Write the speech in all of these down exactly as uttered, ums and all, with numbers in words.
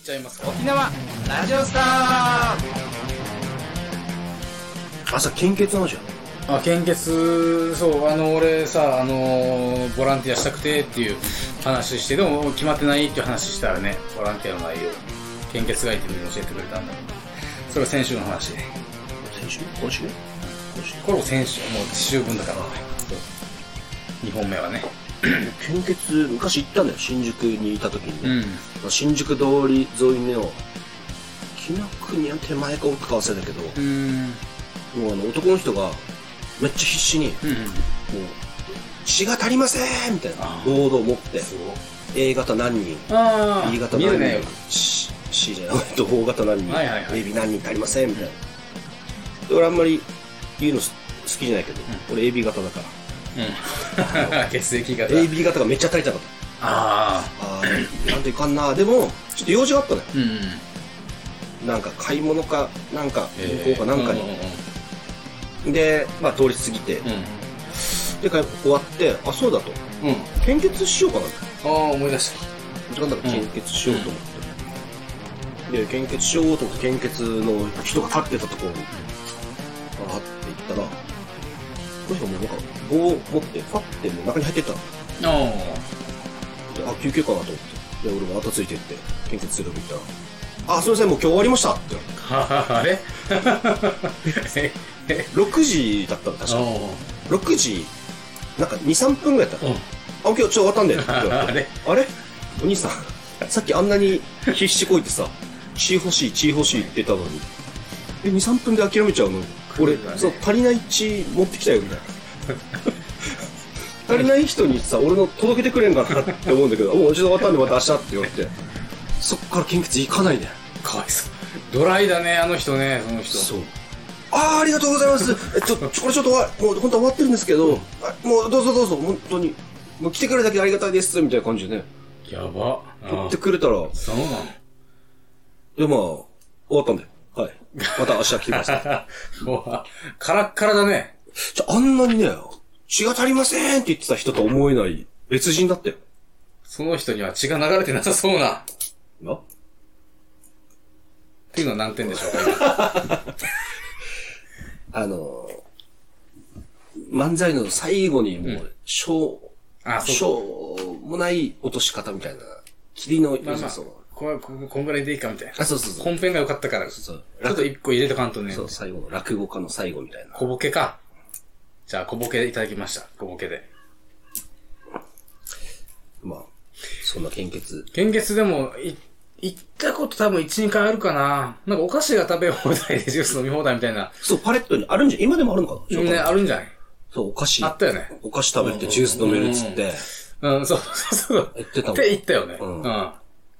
ちゃいます。沖縄ラジオスター。 朝献血なんじゃん。あ、献血、そう、あの、俺さ、あの、ボランティアしたくてっていう話して、でも決まってないっていう話したらね、ボランティアの内容、献血がいいっていうのを教えてくれたんだけど、それは先週の話で。 先週今週今週これも先週、もう次週分だから、にほんめはね。 献血、昔行ったんだよ、新宿にいた時に、ね、 うん、 新宿通り沿いの、紀ノ国屋手前か奥か忘れたけど、 うん、 もうあの男の人がめっちゃ必死に、うん、もう血が足りませんみたいなボードを持って、A 型何人、B 型何人、ね、C, C じゃないと O 型何人、はいはいはい、エービー 何人足りませんみたいな。で俺あんまり言うの好きじゃないけど、うん、俺 エービー 型だから。 うん、血液型エービー 型がめっちゃ足りたかった。ああなんといかんな。でもちょっと用事があったね、うんうん、なんか買い物かなんか向こうかなんかに、えー、でまあ通り過ぎて、うん、で終わってあそうだと、うん、献血しようかなと。 ああ思い出した時間だから献血しようと思って、うん、で献血しようと思って献血の人が立ってたところにあーって行ったらこの人もなんか棒を持ってファッてもう中に入ってったの。ああ救急かなと思ってで俺も後ついてって献血するとき行ったらあすいませんもう今日終わりましたってあれろくじだったの確かろくじなんか にさんぷんぐらいやったの、うん、あ今日ちょっと終わったんでって言われてあれお兄さんさっきあんなに必死こいてさ血欲しい血欲しいって言ったのにえ にさんぷんで諦めちゃうの俺、ね、そう足りない血持ってきたよみたいな足りない人にさ俺の届けてくれんかなって思うんだけどもう一度終わったんでまた明日って言われてそっから献血行かないね。 かわいそうドライだねあの人ねその人。 そうああありがとうございますえちょこれちょっと終わもう本当は終わってるんですけど、うん、もうどうぞどうぞ本当にもう来てくれるだけありがたいですみたいな感じでね。 やば取ってくれたらそうなのでまあ終わったんではいまた明日来てくださいもうカラッカラだね。 じゃあんなにね血が足りませんって言ってた人とは思えない別人だったよ。 その人には血が流れてなさそうな。 なっていうのは何点でしょうかあの漫才の最後にもうしょう、うん、しょうもない落とし方みたいな霧の良さそう、まあまあ、 こ, こ, こんぐらいでいいかみたいな。 あそうそうそう本編が良かったからそうそうちょっと一個入れとかんとね。 そう最後の落語家の最後みたいな小ボケか。じゃあ小ボケいただきました小ボケでまあそんな献血献血でもい行ったこと多分いち、にかいあるかな。なんかお菓子が食べ放題でジュース飲み放題みたいな。 そう、パレットにあるんじゃ、今でもあるのかなね、あるんじゃないそう、お菓子。 あったよね。 お菓子食べてジュース飲めるっつって。 うん、うん、そうそうそう。 言ってたもん。 って言ったよね。うん。うん、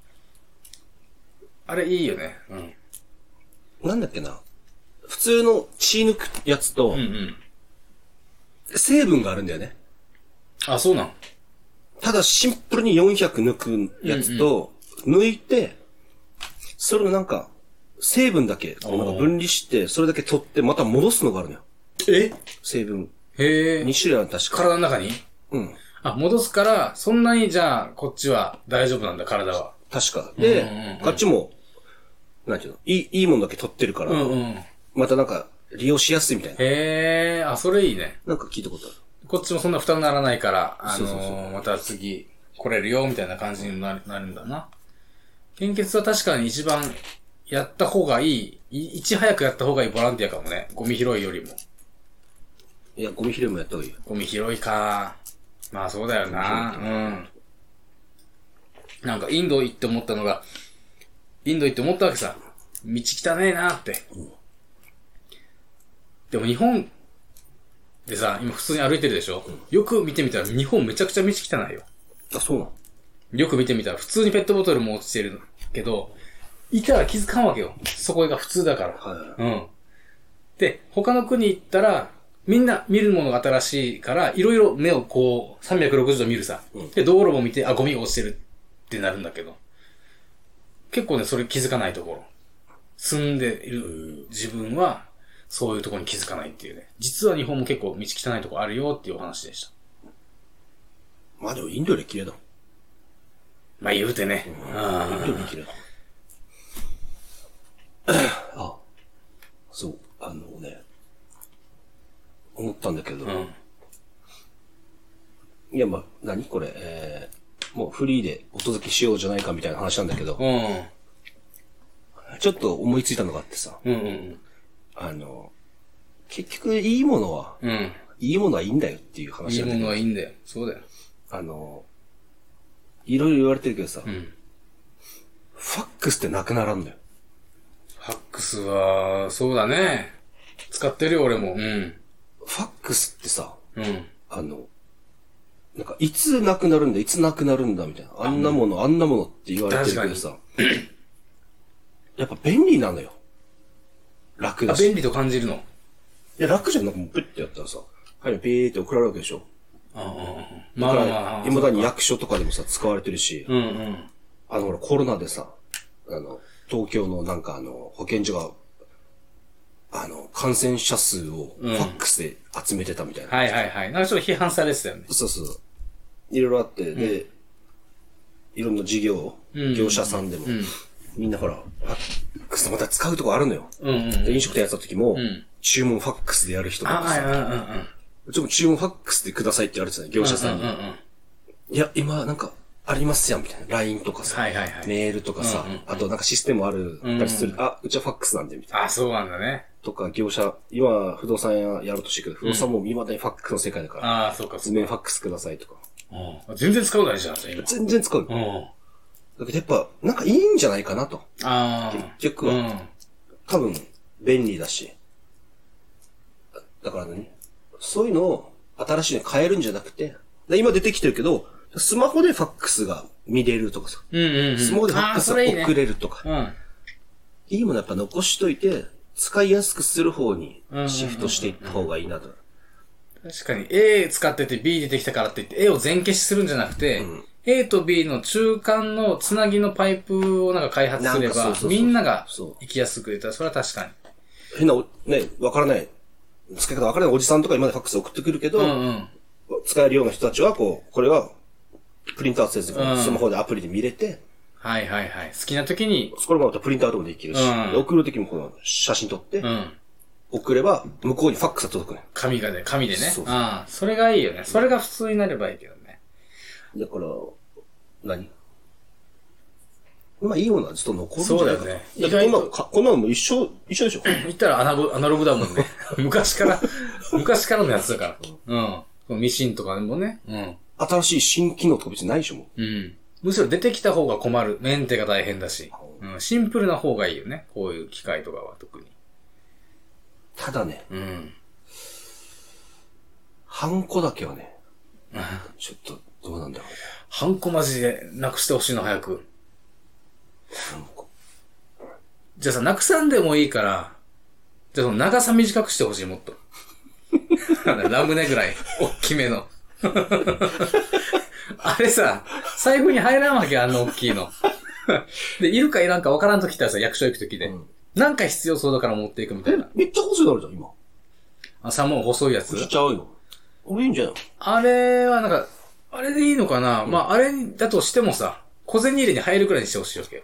あれいいよね。 うん。なんだっけな。普通の血抜くやつと、うんうん、成分があるんだよね。 あ、そうなん。 ただシンプルによんひゃく抜くやつと、うんうん抜いて、それのなんか、成分だけ、なんか分離して、それだけ取って、また戻すのがあるのよ。 え成分。 へえ。 に種類ある確か。 体の中にうん。あ、戻すから、そんなにじゃあ、こっちは大丈夫なんだ、体は。 確か。で、うんうんうん、こっちも、なんていうの、いい、いいものだけ取ってるから、うんうん、またなんか、利用しやすいみたいな。 へえ、あ、それいいね。 なんか聞いたことある。 こっちもそんな負担にならないから、あのー、そうそうそうまた次、来れるよ、みたいな感じになる、なるんだな。献血は確かに一番やった方がいい、い、いち早くやった方がいいボランティアかもね。ゴミ拾いよりも。 いや、ゴミ拾いもやった方がいいよ。 ゴミ拾いか。まあそうだよな。うん。なんかインド行って思ったのが、インド行って思ったわけさ。道汚ねえなって。うん、でも日本でさ、今普通に歩いてるでしょ、うん、よく見てみたら日本めちゃくちゃ道汚いよ。 あ、そうなのよく見てみたら普通にペットボトルも落ちてるけど、いたら気づかんわけよ。そこが普通だから。はい、うん。で、他の国行ったら、みんな見るものが新しいから、いろいろ目をこう、さんびゃくろくじゅうど見るさ。うん、で、道路も見て、あ、ゴミが落ちてるってなるんだけど。結構ね、それ気づかないところ。住んでいる自分は、そういうところに気づかないっていうね。実は日本も結構道汚いところあるよっていうお話でした。 まあでもインドより綺麗だ。 まあ言うてね。 うん。インドより綺麗だ。 いや、まあ、何これ、えー、もうフリーでお届けしようじゃないかみたいな話なんだけど、 うん。 ちょっと思いついたのがあってさ、 うんうんうん。 あの、結局いいものは、 うん。 いいものはいいんだよっていう話なんだけど。 いいものはいいんだよ。そうだよ。 あの、いろいろ言われてるけどさ、 うん。 ファックスってなくならんだよ。 ファックスは、そうだね。使ってるよ、俺も。うん。 ファックスってさ、 うん。 あの、なんか、いつなくなるんだ、いつなくなるんだ、みたいな。あんなもの、あんなものって言われてるけどさ、やっぱ便利なのよ。楽だし。 便利と感じるの。 いや、楽じゃん。なんかもうプッてやったらさ、はい、ピーって送られるわけでしょ。 ああ、 まあまあ、未だに役所とかでもさ、使われてるし、 うんうん。 あの、ほら、コロナでさ、あの、東京のなんかあの、保健所が、あの、感染者数をファックスで集めてたみたいな。 うん、はいはいはい。なんかちょっと批判されてたよね。 そうそう。いろいろあって、で、うん、いろんな事業、業者さんでも、うんうん、みんなほら、ファックスまた使うとこあるのよ。うんうんうん、で飲食店やった時も、うん、注文ファックスでやる人とかさ、うんうんうん、ちょっと注文ファックスでくださいって言われてたね、業者さんに。うんうんうん、いや、今なんか、ありますやん、みたいな。ライン とかさ、はいはいはい、メールとかさ、うんうんうん、あとなんかシステムある、たりする、うんうん、あ、うちはファックスなんで、みたいな。 あ、そうなんだね。 とか、業者、今、不動産屋やろうとしてるけど、不動産も未だにファックスの世界だから。うん、ああ、そうか、そうか。図面ファックスくださいとか。 うん、全然使うないじゃん、今。 全然使う。うん。だけどやっぱ、なんかいいんじゃないかなと。ああ。結局は。うん、多分、便利だし。だからね、そういうのを新しいのに変えるんじゃなくて、今出てきてるけど、スマホでファックスが見れるとかさ。うんうんうん、スマホでファックスが送れるとか。いいね、うん、いいものやっぱ残しといて、使いやすくする方にシフトしていった方がいいなと。 確かに A 使ってて B 出てきたからって言って A を全消しするんじゃなくて、うん、A と B の中間のつなぎのパイプをなんか開発すれば、そうそうそうそうみんなが行きやすく言ったら、それは確かに。 変な、ね、わからない、使い方わからないおじさんとか今までファックス送ってくるけど、うんうん、使えるような人たちはこう、これは、プリントアウトせず、うん、スマホでアプリで見れて、 はいはいはい。好きな時に。 それもまたプリントアウトもできるし、うん、送る時もこの写真撮って、うん、送れば、向こうにファックスが届くね。 紙がね、紙でね。そうそう、ああ、それがいいよね。それが普通になればいいけどね。 だから、何まあいいものはずっと残るんじゃないかな。そうだよね。意外と。こんなのも一緒、一緒でしょ。 言ったらアナログ、アナログだもんね。昔から、昔からのやつだから。うん。ミシンとかでもね。うん。 新しい新機能とか別にないでしょ、もう。うん。むしろ出てきた方が困る。メンテが大変だし。うん。シンプルな方がいいよね。こういう機械とかは特に。 ただね。うん。ハンコだけはね。ちょっと、どうなんだろうね。 ハンコマジでなくしてほしいの、早く。ハンコ。じゃあさ、なくさんでもいいから、じゃあその長さ短くしてほしい、もっと。ラムネぐらい、大きめの。あれさ、財布に入らんわけ、あんな大きいの。で、いるかいらんか分からんときたらさ、役所行くときで、うん。なんか必要そうだから持っていくみたいな。 めっちゃ細いのあるじゃん、今。 あ、さ、もう細いやつしちゃうよ。これいいんじゃないの？ あれはなんか、あれでいいのかな、うん、まあ、あれだとしてもさ、小銭入れに入るくらいにしてほしいわけよ。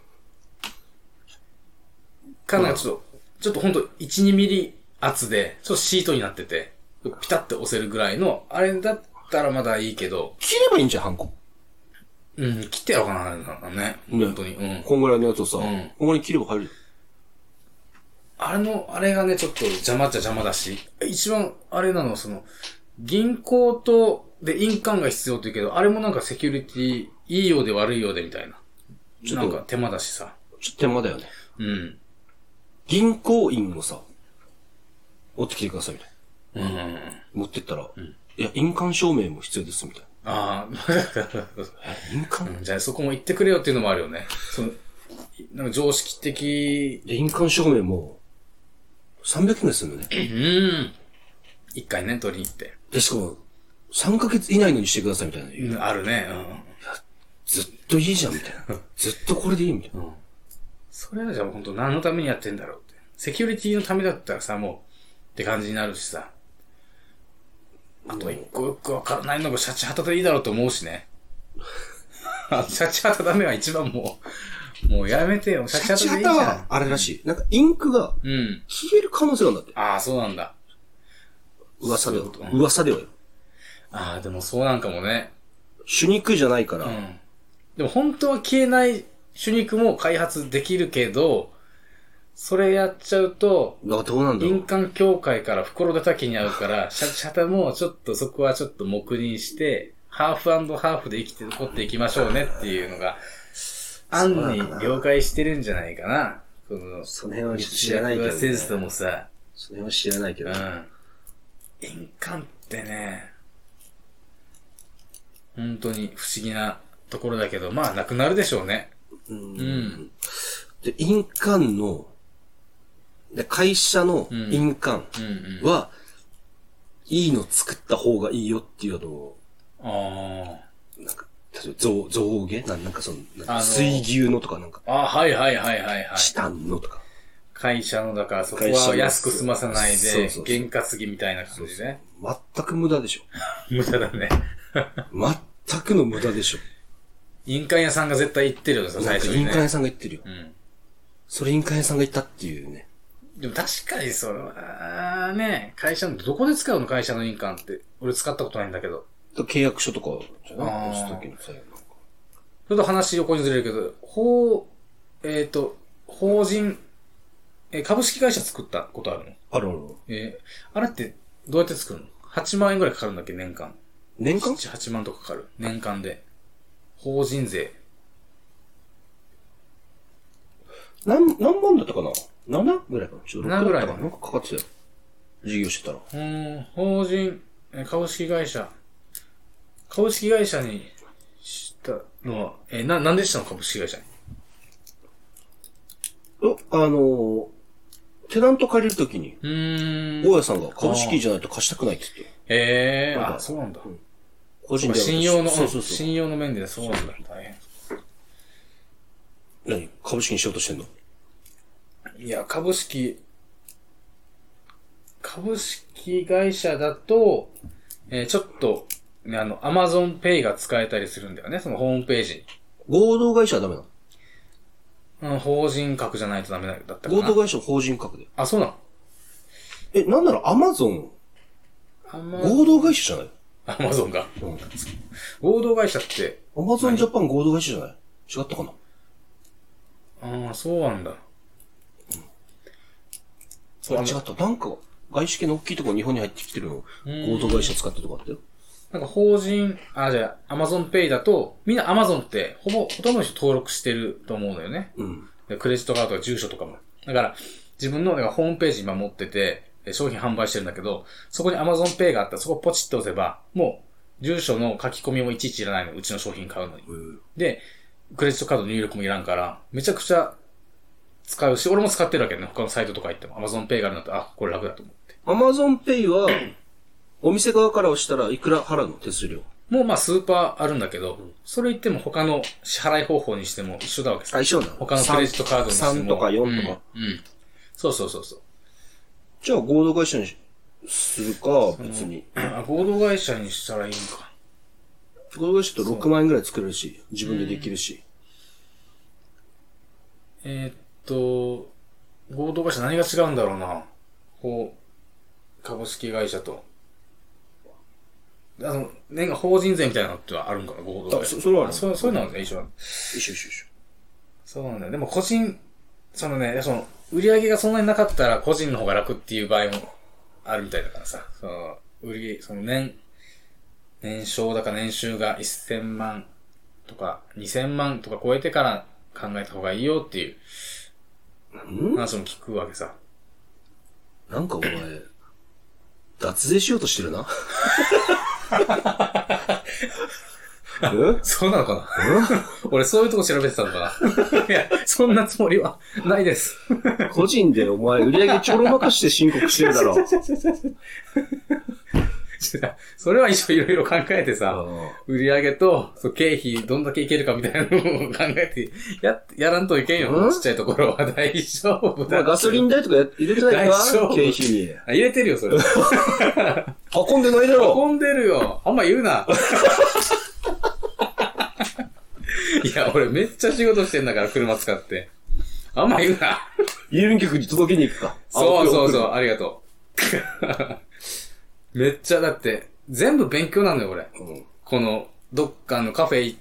かなんかちょっと、うん、ちょっとほんといち、にミリ厚で、ちょっとシートになってて、ピタって押せるぐらいの、あれだったらまだいいけど。 切ればいいんじゃん、ハンコ。 うん、切ってやろうかな、なんかね。本当に。うん。 こんぐらいのやつをさ、うん、こんぐらいに切れば入るよ。 あれの、あれがね、ちょっと邪魔っちゃ邪魔だし、一番、あれなの、その、銀行と、で、印鑑が必要って言うけど、あれもなんかセキュリティ、いいようで悪いようでみたいな。ちょっとなんか手間だしさ。 ちょっと手間だよね。うん。銀行印をさ、持ってきてくださいみたいな。うん。持ってったら、うん、いや、印鑑証明も必要ですみたいな。ああ、印鑑、 うん、じゃあそこも言ってくれよっていうのもあるよね。その、なんか常識的。 印鑑証明も、さんびゃくえんでするのね。うん。 一回ね、取りに行って。 で、しかも、さんかげつ以内のにしてくださいみたいな。 うん、あるね。うん。いや、 ずっといいじゃんみたいな。ずっとこれでいいみたいな。うん。 それはじゃあ本当何のためにやってんだろうって。セキュリティのためだったらさ、もう、って感じになるしさ。あと一個よくわからないのがシャチハタでいいだろうと思うしね。シャチハタダメは一番もう、もうやめてよ。シャチハタでいいじゃん。シャチハタはあれらしい。なんかインクが、うん。消える可能性があるんだって。 ああ、そうなんだ。 噂では。噂ではよ。 ああ、でもそうなんかもね。 主肉じゃないから。 うん。でも本当は消えない主肉も開発できるけど、それやっちゃうと、 どうなんだろう。 林間協会から袋叩きに合うから、シャシャタもちょっとそこはちょっと黙認して、ハーフ&ハーフで生きて残っていきましょうねっていうのが、案に了解してるんじゃないかな。この、 その辺は知らないけど、ね。 センスともさ、 その辺は知らないけど、ね。 うん。印鑑ってね、本当に不思議なところだけど、まあなくなるでしょうね。 うん。 うん、 で、印鑑の、で会社の印鑑は、いいの作った方がいいよっていうのを、 ああ。なんか、例えば象、象牙なんかその、なんか水牛のとかなんか。 あ、はいはいはいはいはい。 チタンのとか。 会社の、だからそこは安く済まさないで、原価継ぎみたいな感じでね。 全く無駄でしょ。 無駄だね。 全くの無駄でしょ。 印鑑屋さんが絶対言ってるよ、最初に、ね。 印鑑屋さんが言ってるよ。 うん。 それ印鑑屋さんが言ったっていうね。 でも確かにそれは、ね、会社の、どこで使うの会社の印鑑って。俺使ったことないんだけど。 契約書とかじゃない？ ああ。ちょっと話横にずれるけど、法、えっ、ー、と、法人、えー、株式会社作ったことあるの？ あるある。 えー、あれってどうやって作るの？ はち 万円ぐらいかかるんだっけ、年間。 年間 ?なな、はちまんとかかかる。年間で。法人税。 何、何万だったかな ?なな ぐらいかなちょっとろくななぐらいかななんかかかってたよ。事業してたら。 うーん、法人、株式会社。株式会社にしたのは、えー、な、なんでしたの株式会社に。 あのー、テナント借りるときに、 うーん。大家さんが株式じゃないと貸したくないって言って。 ええー、あ、そうなんだ。うん、 個人で信用の、 そうそうそう信用の面でそうなんだ。大変。 何株式にしようとしてんの？ いや、株式、株式会社だと、えー、ちょっと、ね、あの、アマゾンペイが使えたりするんだよね、そのホームページに。 合同会社はダメなの？ うん、法人格じゃないとダメだったかな。 合同会社は法人格で。 あ、そうなの？ え、なんならアマゾン、合同会社じゃない？ アマゾンが。 うん。 合同会社って。 アマゾンジャパン合同会社じゃない？違ったかな？ ああ、そうなんだ。うん。 そう、違った。なんか、外資系の大きいところ日本に入ってきてるの、合同会社使ってるとこあったよ。 なんか法人、あ、じゃあ、アマゾンペイだと、みんなアマゾンってほぼ、ほとんどの人登録してると思うのよね。 うん。 クレジットカードとか住所とかも。だから、自分のなんかホームページ今持ってて、商品販売してるんだけど、そこに Amazon Pay があったらそこポチッと押せば、もう、住所の書き込みもいちいちいらないの。うちの商品買うのに。 うん、 で、クレジットカード入力もいらんから、めちゃくちゃ使うし、俺も使ってるわけね。他のサイトとか行っても Amazon Pay があるんだったら、あ、これ楽だと思って。 Amazon Pay は、お店側から押したらいくら払うの？手数料。 もうまあスーパーあるんだけど、うん、それ言っても他の支払い方法にしても一緒だわけさ。 あ、一緒なの？ 他のクレジットカードにしても。 さんとかよんとか。 うん。うん、そうそうそうそう。 じゃあ合同会社にするか、別に。 あ、合同会社にしたらいいんか。 合同会社とろくまん円ぐらい作れるし、自分でできるし。 えー、っと、合同会社何が違うんだろうな。こう、株式会社と。あの、年が法人税みたいなのってはあるんかな、合同会社。 あ、そ、それはある。 そう、そういうのはね、一緒なん一緒一緒一緒。 そうなんだよ。でも個人、そのね、その、売り上げがそんなになかったら個人の方が楽っていう場合もあるみたいだからさ。その、売り、その年、年商だか年収がせんまんとかにせんまんとか超えてから考えた方がいいよっていう話も聞くわけさ。 なんかお前、脱税しようとしてるな。 えそうなのかな俺そういうとこ調べてたのかないや、そんなつもりはないです。 個人でお前売り上げちょろまかして申告してるだろ。 それは一緒いろいろ考えてさ、売り上げとそう経費どんだけいけるかみたいなのを考えて、や、やらんといけんよ。ちっちゃいところは大丈夫だ。 ガソリン代とか入れてないか経費に。 入れてるよ、それ。 運んでないだろ。 運んでるよ。あんま言うな。いや、俺めっちゃ仕事してんだから、車使って。あんま言うな。 郵便局に届けに行くか。 そうそうそう、ありがとう。めっちゃ、だって、全部勉強なんだよ、俺。うん、この、 どっかのカフェ行って、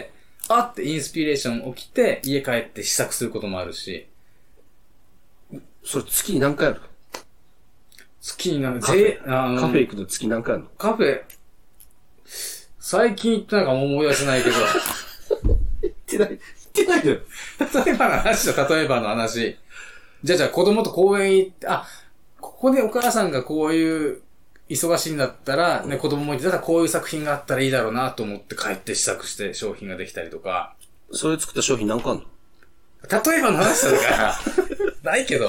あってインスピレーション起きて、家帰って試作することもあるし。 それ月に何回ある？ 月に何カフェ、 あのカフェ行くと月何回あるの？ カフェ、最近行ってないから思い出せないけど。 行ってない、行ってないのよ。 例えばの話だ、例えばの話。じゃあじゃあ子供と公園行って、あ、ここでお母さんがこういう忙しいんだったら、ね、子供もいて、だからこういう作品があったらいいだろうなと思って帰って試作して商品ができたりとか。 それ作った商品何個あるの？ 例えばの話だから、ないけど。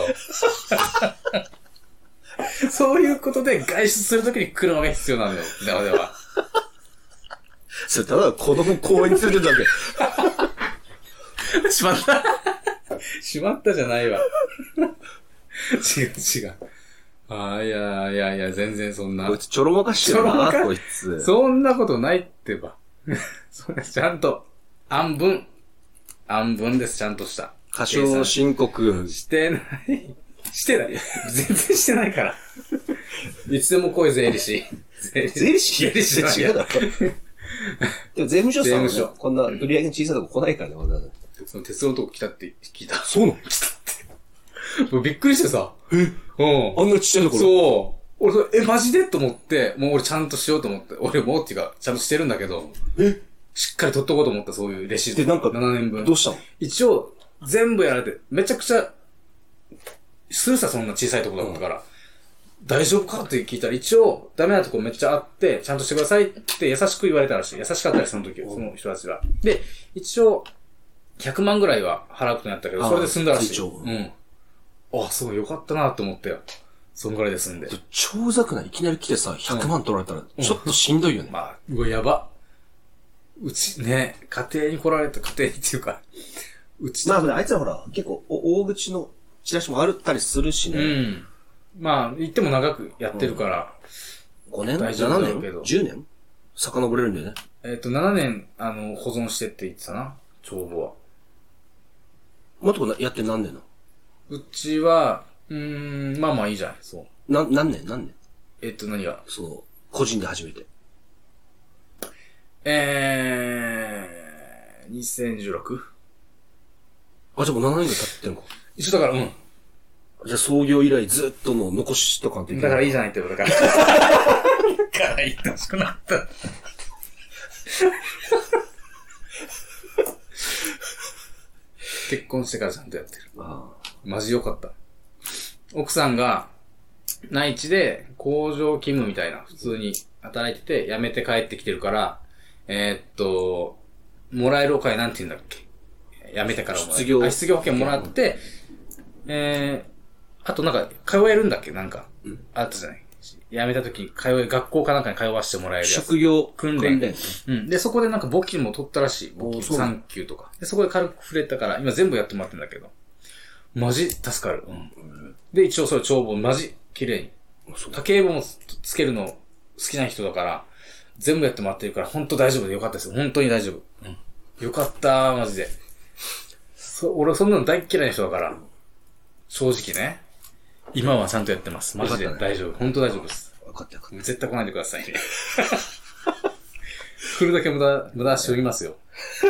そういうことで外出するときに車が必要なのよ、ではでは。 それただ子供公園に連れてるだけ。 しまった。しまったじゃないわ。違う違う。ああ、いやいやいや、全然そんな。 こいつちょろまかしてるな、こいつ。 そんなことないってば。それちゃんと、暗分。暗分です、ちゃんとした。 過少申告。 してない。してない。全然してないから。いつでも来い、税理士。 税理士税理士じゃない。 違うだろ。でも税務署さんは、ね、 税務署こんな売り上げの小さいとこ来ないからね、わざわざ。 その鉄道のとこ来たって聞いた。 そうなの？ 来たって。もうびっくりしてさ。 えうん。 あんなちっちゃいところ。 そう。俺それ、え、マジでと思って、もう俺ちゃんとしようと思って。俺もっていうか、ちゃんとしてるんだけど。 えしっかり取っとこうと思った、そういうレシート。 で、なんか、 ななねんぶん。 どうしたの？ 一応、全部やられて、めちゃくちゃ、するさ、そんな小さいとこだったから。うん、大丈夫かって聞いたら、一応、ダメなとこめっちゃあって、ちゃんとしてくださいって優しく言われたらしい。優しかったり、その時は、その人たちは。で、一応、ひゃくまんぐらいは払うことになったけど、それで済んだらしい。うん。あ、すごいよかったなって思ったよ。そんぐらいで済んで。 超ざくない？いきなり来てさ、ひゃくまん取られたら、ちょっとしんどいよね。 うん、まあ、うわ、やば。うち、ね、家庭に来られた、家庭にっていうか、うち。 まあ、あいつはほら、結構、大口のチラシもあったりするしね。 うん。まあ、言っても長くやってるから。 うん、ごねん？ 大丈夫だけど。 じゅうねん？遡れるんだよね。 えっと、ななねん、あの、保存してって言ってたな、帳簿は。 もっとやって何年なの？ うちは、うーん、まあまあいいじゃん、そう。 な、何年何年えっと、何がそう、個人で始めて。 えー、にせんじゅうろく? あ、 じゃあもうななねんが経ってるのか。 一緒だから、うん。 じゃあ創業以来ずっとの残しとかんといけない。 だからいいじゃないってことだから。だから言ってほしくなった。結婚してからちゃんとやってる。ああ。マジ良かった。奥さんが、内地で工場勤務みたいな、普通に働いてて、辞めて帰ってきてるから、えー、っと、もらえるお金なんて言うんだっけ？辞めてからもらえる。失業。あ、失業保険もらって、えー、あとなんか、通えるんだっけなんか、うん、あったじゃない。辞めた時に通え、学校かなんかに通わせてもらえるやつ。 職業訓練。訓練。うん。で、そこでなんか簿記も取ったらしい。簿記さん級とか。で、そこで軽く触れたから、今全部やってもらってんだけど。マジ助かる。うん。で、一応それ帳簿マジ綺麗に。家計簿もつけるの好きな人だから、全部やってもらってるから、ほんと大丈夫でよかったですよ。本当に大丈夫。うん。よかったー、マジで。そ、俺そんなの大嫌いな人だから、正直ね。今はちゃんとやってます。マジで大丈夫。本当大丈夫です。 分かった分かった。 絶対来ないでくださいね。来るだけ無駄、無駄足売りますよ。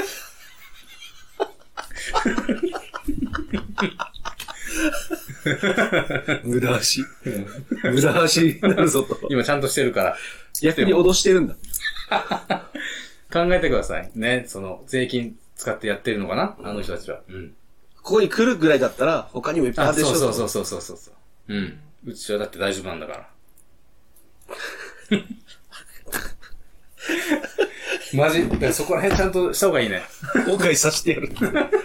無駄足無駄足になるぞと。 今ちゃんとしてるから。 逆に脅してるんだ。 考えてください。ね。その、税金使ってやってるのかな、あの人たちは。うん。 ここに来るぐらいだったら、他にもいっぱいあるでしょ。 そうそうそうそうそうそう。うん。うちはだって大丈夫なんだから。マジ、だからそこら辺ちゃんとした方がいいね。 後悔させてやる。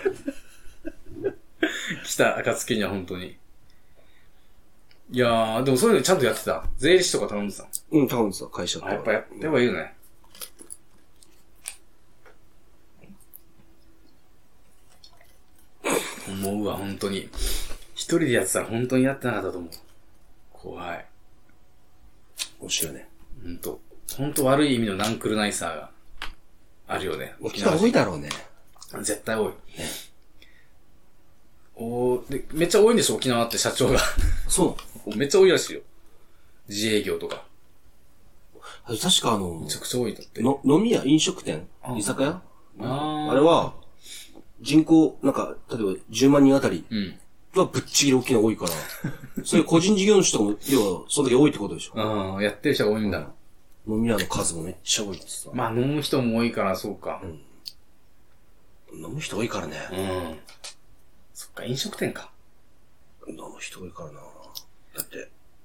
来た暁には本当に。いやー、でもそういうのちゃんとやってた。税理士とか頼んでた。 うん、頼んでた、会社とか。 やっぱやってばいいよね。思うわ、本当に。一人でやってたら本当にやってなかったと思う。怖い。 面白いね。 ほんと。ほんと悪い意味のナンクルナイサーがあるよね。 沖縄多いだろうね。 絶対多い。ね、おーで、めっちゃ多いんでしょ、沖縄って社長が。 そう。 めっちゃ多いらしいよ。自営業とか。 確かあのめ、ちゃくちゃ多いだって。 の、飲み屋、飲食店あ居酒屋ああれは、人口、なんか、例えばじゅうまんにんあたりうん。 はぶっちぎり大きな多いから、そういう個人事業主とかも、要は、そんだけ多いってことでしょ。 ああ、やってる人が多いんだ。 飲み屋の数もめっちゃ多いってさ。 まあ飲む人も多いから、そうか。 飲む人多いからね。 うん。そっか、飲食店か。 飲む人多いからな。だって、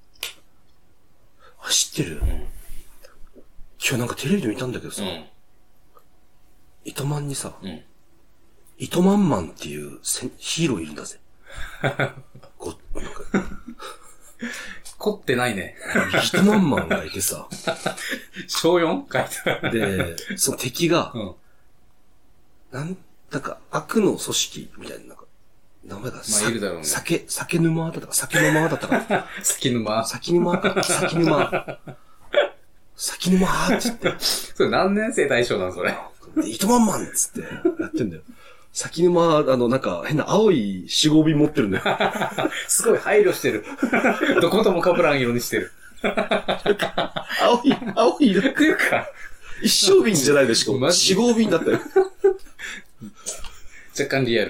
あ、知ってる、 ん今日なんかテレビで見たんだけどさ、 うん。 糸満にさ、 うん。 糸満マンっていうせヒーローいるんだぜ。ご、なんか、 凝ってないね。 糸満マンがいてさ、 小 よん? 書いてある。 で、その敵が、 うん。 なん、なんか悪の組織みたいな、なんか、名前が、 まあいるだろうね酒、酒沼だったか、酒沼だったか、 先沼。 酒沼か、酒沼。酒沼ーって言って、 それ何年生対象なのそれ。 で、糸満マンっつって、やってんだよ。先沼、あの、なんか、変な青い四合瓶持ってるんだよ。 すごい配慮してる。どことも被らん色にしてる。 青い、青い色。 っていうか、 一升瓶じゃないでしょ。 マジ四合瓶だったよ。 若干リアル。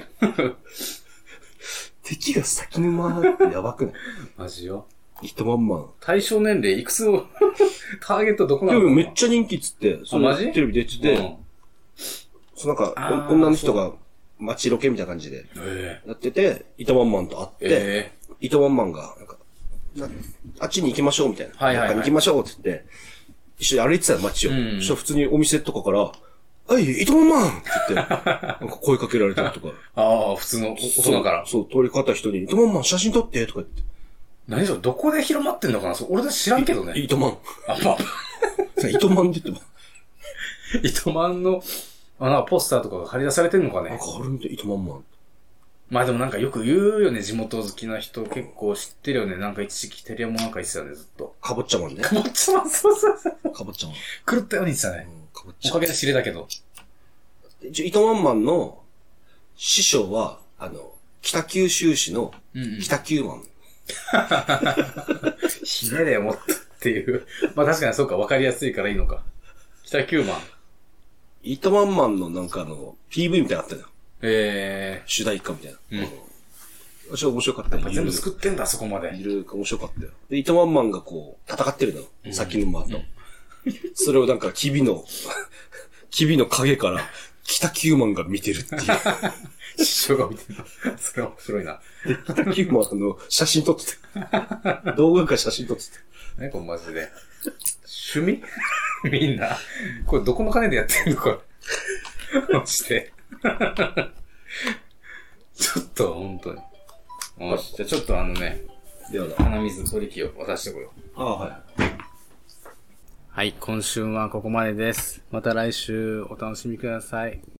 敵が先沼ってやばくない？ マジよ。 糸満マン。 対象年齢いくつを、ターゲットどこなのかなでもめっちゃ人気っつって、そマジテレビ出てて、 うんそのなんあーか、お女の人が街ロケみたいな感じでえやってて、糸満マンと会えって、 え糸満マンが、なんか、なあっちに行きましょうみたいな。 はいはいはいなんかに行きましょうって言って、一緒に歩いてたよ、街を。 うんそしたら普通にお店とかから、はい、糸満マンって言って、なんか声かけられたりとか。 ああ、普通の大人から。 そう、そう通りかかった人に、糸満マン写真撮ってとか言って。 何それどこで広まってんのかなそ俺たち知らんけどね。 糸満。 あ、まあ、 糸満って言っても、 糸満の、あの、ポスターとかが張り出されてんのかねなんかあるんで、糸満マン。 まあでもなんかよく言うよね、地元好きな人結構知ってるよね。なんか一時期テレアもなんか言ってたよね、ずっと。 かぼっちゃマンね。 かぼっちゃま、そうそうそう。 かぼっちゃマン。 狂ったように言ってたね。 かぼっちゃおかげで知れたけど。 一応、糸満マンの師匠は、あの、北九州市のうんうん。 北九マン。 ひねで思ったっていう。まあ確かにそうか、わかりやすいからいいのか。北九万。 糸満マンのなんかあの、ピーブイ みたいなのあったじゃん。 え主題歌みたいな。 うん私は面白かったよ。 ー。全部作ってんだ、そこまで。 いるか面白かったよ。で、糸満マンがこう、戦ってるのよ。 うん先沼と。それをなんか、キビの、キビの影から、北九マンが見てるっていう。 師匠が見てるの。それは面白いな。 北九マンの写真撮ってて。動画から写真撮ってて。 何これマジで。趣味みんな。これどこの金でやってんのこれ。マジで。ちょっと、ほんとに。よし、じゃあちょっとあのね、 ではな。 鼻水取り機を渡してこよう。 ああ、はい。 はい、今週はここまでです。また来週お楽しみください。